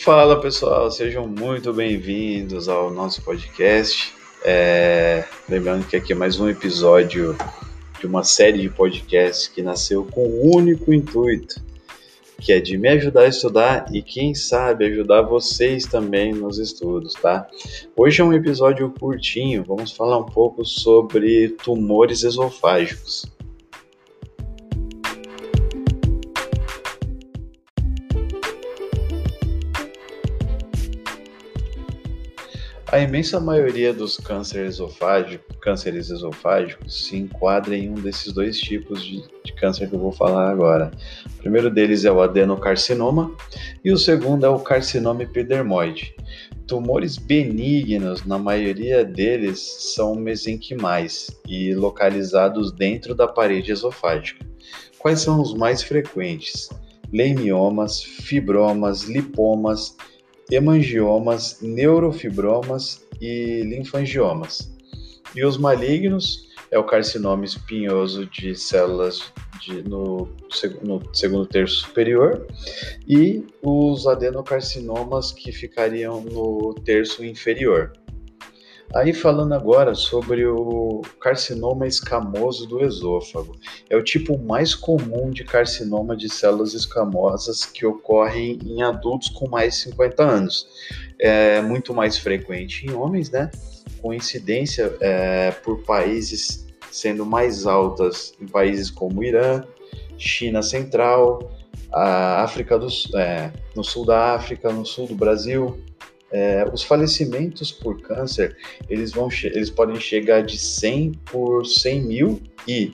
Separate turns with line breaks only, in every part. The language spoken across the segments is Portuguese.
Fala pessoal, sejam muito bem-vindos ao nosso podcast. Lembrando que aqui é mais um episódio de uma série de podcasts que nasceu com um único intuito, que é de me ajudar a estudar e quem sabe ajudar vocês também nos estudos, tá? Hoje é um episódio curtinho, vamos falar um pouco sobre tumores esofágicos. A imensa maioria dos cânceres esofágicos se enquadra em um desses dois tipos de câncer que eu vou falar agora. O primeiro deles é o adenocarcinoma e o segundo é o carcinoma epidermoide. Tumores benignos, na maioria deles, são mesenquimais e localizados dentro da parede esofágica. Quais são os mais frequentes? Leimiomas, fibromas, lipomas, hemangiomas, neurofibromas e linfangiomas. E os malignos é o carcinoma espinhoso de células no segundo terço superior e os adenocarcinomas que ficariam no terço inferior. Aí falando agora sobre o carcinoma escamoso do esôfago. É o tipo mais comum de carcinoma de células escamosas que ocorrem em adultos com mais de 50 anos. É muito mais frequente em homens, né? Com incidência por países sendo mais altas em países como Irã, China Central, a África no sul da África, no sul do Brasil. Os falecimentos por câncer, eles podem chegar de 100 por 100 mil e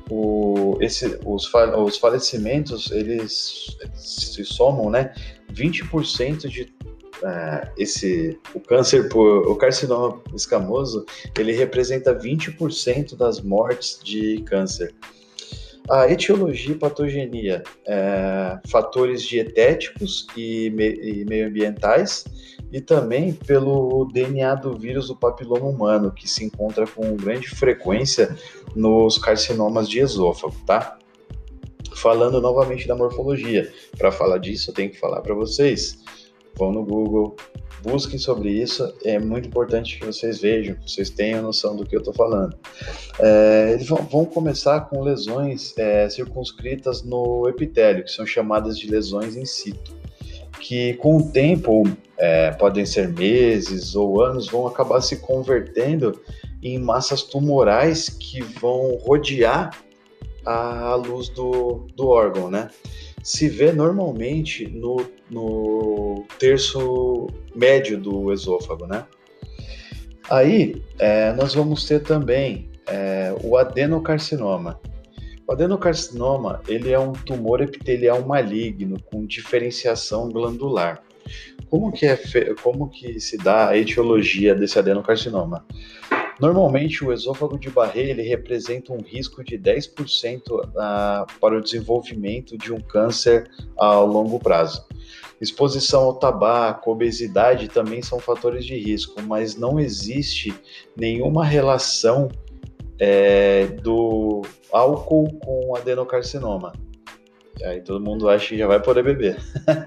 os falecimentos, eles se somam, né? 20% de o carcinoma escamoso, ele representa 20% das mortes de câncer. A etiologia e patogenia, fatores dietéticos e meioambientais, e também pelo DNA do vírus do papiloma humano, que se encontra com grande frequência nos carcinomas de esôfago, tá? Falando novamente da morfologia, para falar disso eu tenho que falar para vocês, vão no Google, busquem sobre isso, é muito importante que vocês vejam, que vocês tenham noção do que eu estou falando. Eles vão começar com lesões circunscritas no epitélio, que são chamadas de lesões in situ, que com o tempo, podem ser meses ou anos, vão acabar se convertendo em massas tumorais que vão rodear a luz do órgão, né? Se vê normalmente no terço médio do esôfago, né? Aí, nós vamos ter também o adenocarcinoma. O adenocarcinoma, ele é um tumor epitelial maligno com diferenciação glandular. Como que se dá a etiologia desse adenocarcinoma? Normalmente, o esôfago de Barré, ele representa um risco de 10% para o desenvolvimento de um câncer a longo prazo. Exposição ao tabaco, obesidade também são fatores de risco, mas não existe nenhuma relação do álcool com adenocarcinoma. Aí todo mundo acha que já vai poder beber.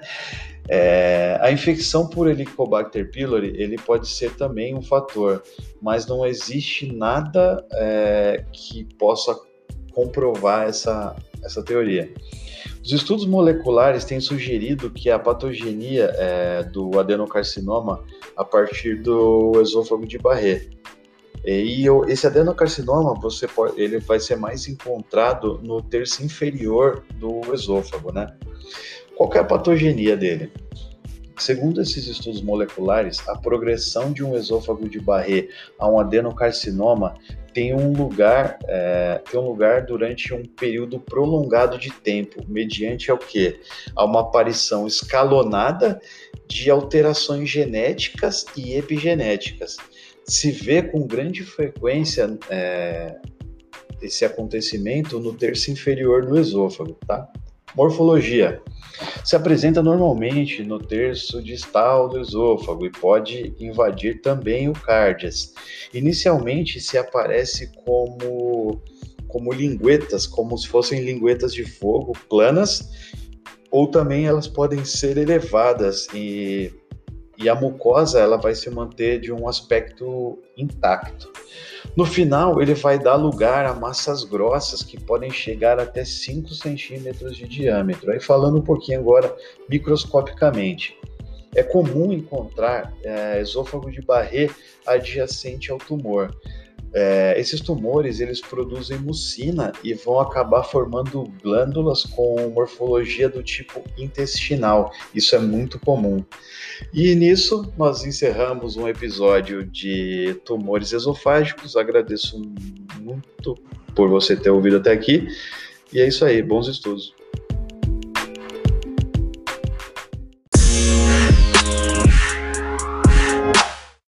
A infecção por Helicobacter pylori, ele pode ser também um fator, mas não existe nada que possa comprovar essa teoria. Os estudos moleculares têm sugerido que a patogenia do adenocarcinoma a partir do esôfago de Barré. E esse adenocarcinoma, ele vai ser mais encontrado no terço inferior do esôfago, né? Qual que é a patogenia dele? Segundo esses estudos moleculares, a progressão de um esôfago de Barré a um adenocarcinoma tem um lugar durante um período prolongado de tempo, mediante ao quê? A uma aparição escalonada de alterações genéticas e epigenéticas. Se vê com grande frequência esse acontecimento no terço inferior do esôfago, tá? Morfologia. Se apresenta normalmente no terço distal do esôfago e pode invadir também o cárdias. Inicialmente se aparece como linguetas, como se fossem linguetas de fogo planas ou também elas podem ser elevadas e a mucosa ela vai se manter de um aspecto intacto. No final, ele vai dar lugar a massas grossas que podem chegar até 5 centímetros de diâmetro. Aí falando um pouquinho agora microscopicamente, é comum encontrar esôfago de Barré adjacente ao tumor. Esses tumores eles produzem mucina e vão acabar formando glândulas com morfologia do tipo intestinal. Isso é muito comum. E nisso nós encerramos um episódio de tumores esofágicos. Agradeço muito por você ter ouvido até aqui. E é isso aí, bons estudos.